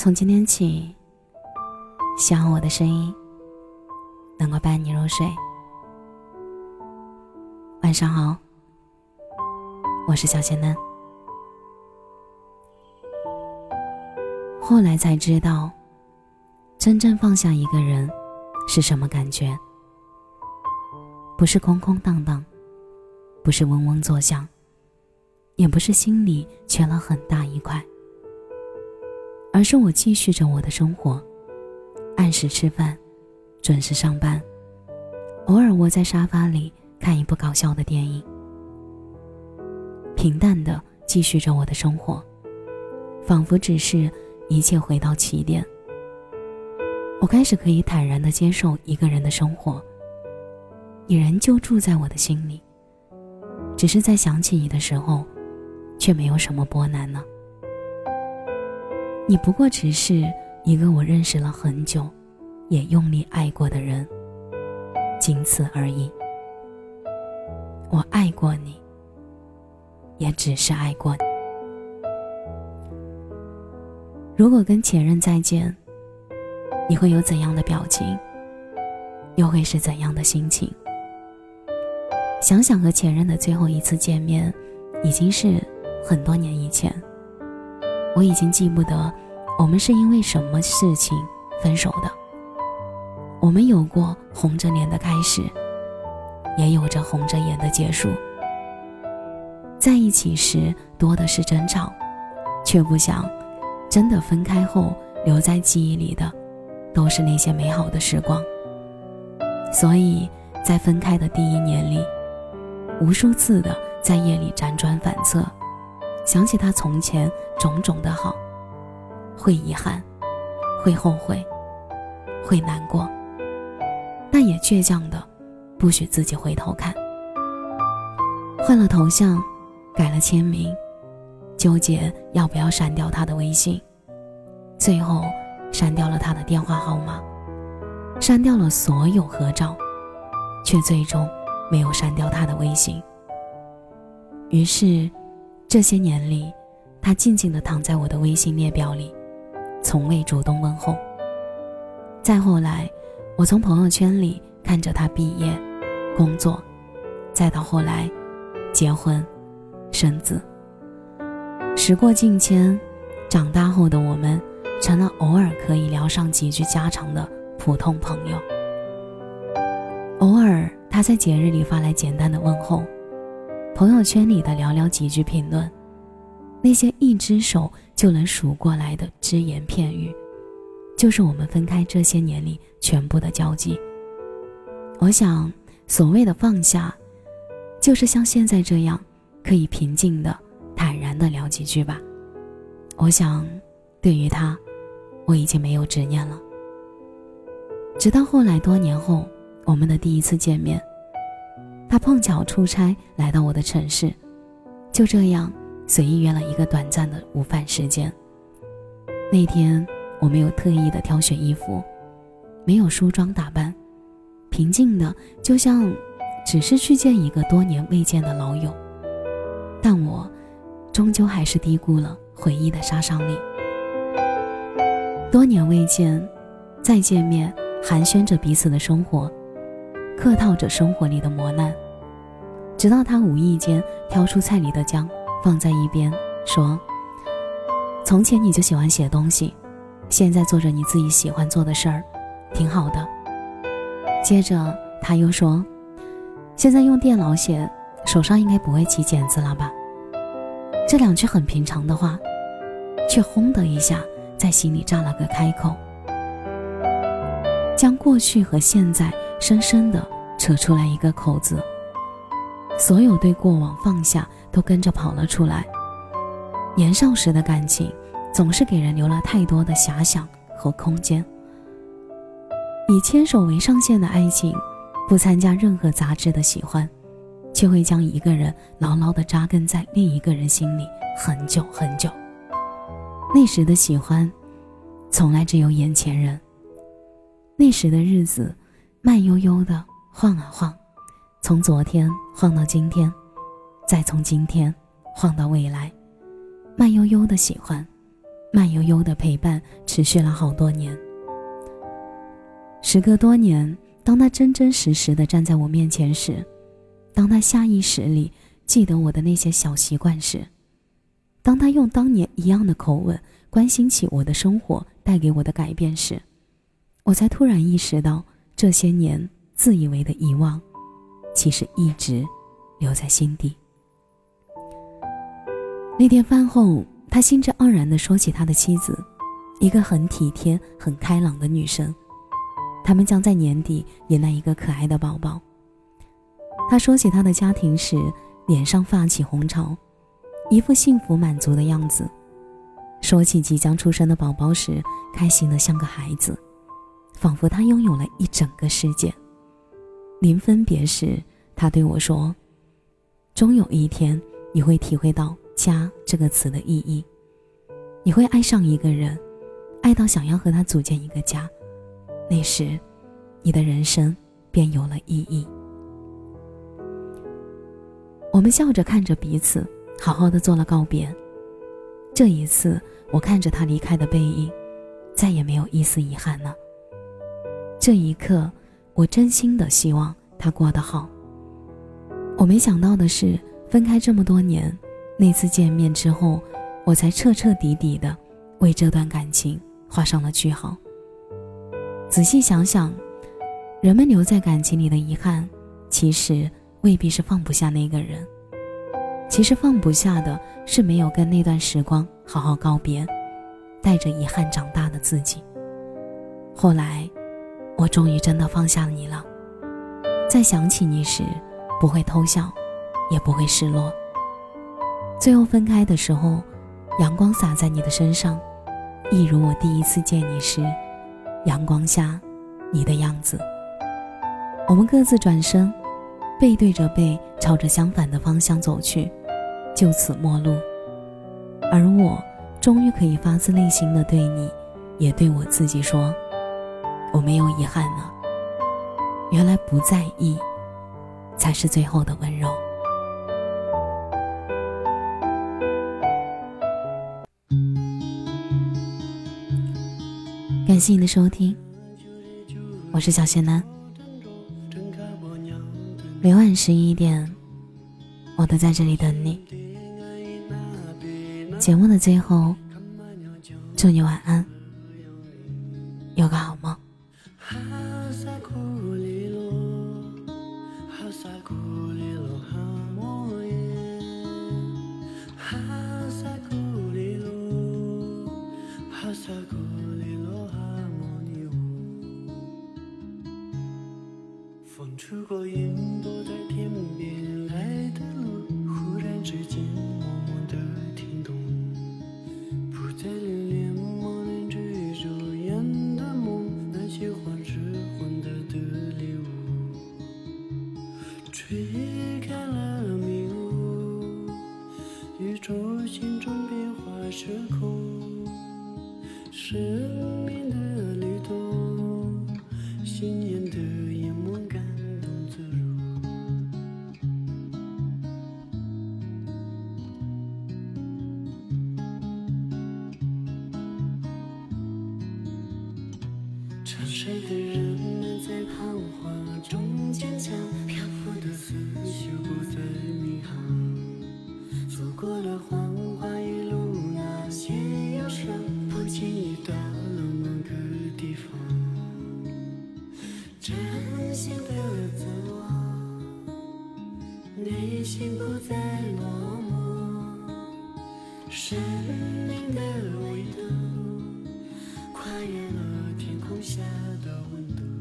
从今天起，希望我的声音能够伴你入睡。晚上好，我是小仙嫩。后来才知道，真正放下一个人是什么感觉？不是空空荡荡，不是嗡嗡作响，也不是心里缺了很大一块，而是我继续着我的生活，按时吃饭，准时上班，偶尔窝在沙发里看一部搞笑的电影，平淡地继续着我的生活，仿佛只是一切回到起点。我开始可以坦然地接受一个人的生活，你仍旧住在我的心里，只是在想起你的时候，却没有什么波澜了。你不过只是一个我认识了很久，也用力爱过的人，仅此而已。我爱过你，也只是爱过你。如果跟前任再见，你会有怎样的表情？又会是怎样的心情？想想和前任的最后一次见面，已经是很多年以前。我已经记不得我们是因为什么事情分手的。我们有过红着脸的开始，也有着红着眼的结束。在一起时多的是争吵，却不想真的分开后留在记忆里的都是那些美好的时光。所以在分开的第1年里，无数次的在夜里辗转反侧，想起他从前种种的好，会遗憾，会后悔，会难过，但也倔强的不许自己回头看。换了头像，改了签名，纠结要不要删掉他的微信，最后删掉了他的电话号码，删掉了所有合照，却最终没有删掉他的微信。于是这些年里，他静静地躺在我的微信列表里，从未主动问候。再后来，我从朋友圈里看着他毕业、工作，再到后来结婚、生子。时过境迁，长大后的我们成了偶尔可以聊上几句家常的普通朋友。偶尔他在节日里发来简单的问候，朋友圈里的寥寥几句评论，那些一只手就能数过来的只言片语，就是我们分开这些年里全部的交集。我想所谓的放下，就是像现在这样可以平静的坦然的聊几句吧。我想对于他，我已经没有执念了。直到后来多年后，我们的第一次见面，他碰巧出差来到我的城市，就这样随意约了一个短暂的午饭时间。那天我没有特意的挑选衣服，没有梳妆打扮，平静的就像只是去见一个多年未见的老友。但我终究还是低估了回忆的杀伤力。多年未见，再见面，寒暄着彼此的生活，客套着生活里的磨难，直到他无意间挑出菜里的姜放在一边，说：从前你就喜欢写东西，现在做着你自己喜欢做的事儿，挺好的。接着他又说：现在用电脑写，手上应该不会起茧子了吧。这2句很平常的话，却轰的一下在心里炸了个开口，将过去和现在深深地扯出来一个口子。所有对过往放下都跟着跑了出来。年少时的感情总是给人留了太多的遐想和空间。以牵手为上限的爱情，不参加任何杂质的喜欢，却会将一个人牢牢地扎根在另一个人心里很久很久。那时的喜欢从来只有眼前人，那时的日子慢悠悠地晃啊晃，从昨天晃到今天，再从今天晃到未来。慢悠悠的喜欢， 慢悠悠的陪伴持续了好多年。时隔多年，当他真真实实的站在我面前时，当他下意识里记得我的那些小习惯时，当他用当年一样的口吻关心起我的生活带给我的改变时，我才突然意识到，这些年自以为的遗忘，其实一直留在心底。那天饭后，他兴致盎然地说起他的妻子，一个很体贴很开朗的女生，他们将在年底迎来一个可爱的宝宝。他说起他的家庭时，脸上泛起红潮，一副幸福满足的样子。说起即将出生的宝宝时，开心得像个孩子，仿佛他拥有了一整个世界。临分别时，他对我说，终有一天你会体会到家这个词的意义，你会爱上一个人，爱到想要和他组建一个家，那时你的人生便有了意义。我们笑着看着彼此，好好的做了告别。这一次我看着他离开的背影，再也没有一丝遗憾了。这一刻我真心的希望他过得好。我没想到的是，分开这么多年，那次见面之后，我才彻彻底底的为这段感情画上了句号。仔细想想，人们留在感情里的遗憾，其实未必是放不下那个人，其实放不下的是没有跟那段时光好好告别，带着遗憾长大的自己。后来我终于真的放下你了，在想起你时，不会偷笑，也不会失落。最后分开的时候，阳光洒在你的身上，一如我第一次见你时阳光下你的样子。我们各自转身，背对着背朝着相反的方向走去，就此陌路。而我终于可以发自内心的对你，也对我自己说，我没有遗憾了。原来不在意才是最后的温柔。感谢你的收听，我是小仙男。每晚11点，我都在这里等你。节目的最后，祝你晚安，有个好梦。 风吹过云朵在天边来的路，忽然之间默默地听懂，不再留恋默念追逐远的梦，那些花是换得的礼物，吹开了迷雾，宇宙心中变化时空，生命的律动，信念的眼眸感动自如，沉睡的人们在彷徨中坚强，漂浮的思绪不再迷航，走过了黄花一路那些忧伤，不经意到了某个地方，真心的自我，内心不再落寞，生命的维度跨越了天空下的温度。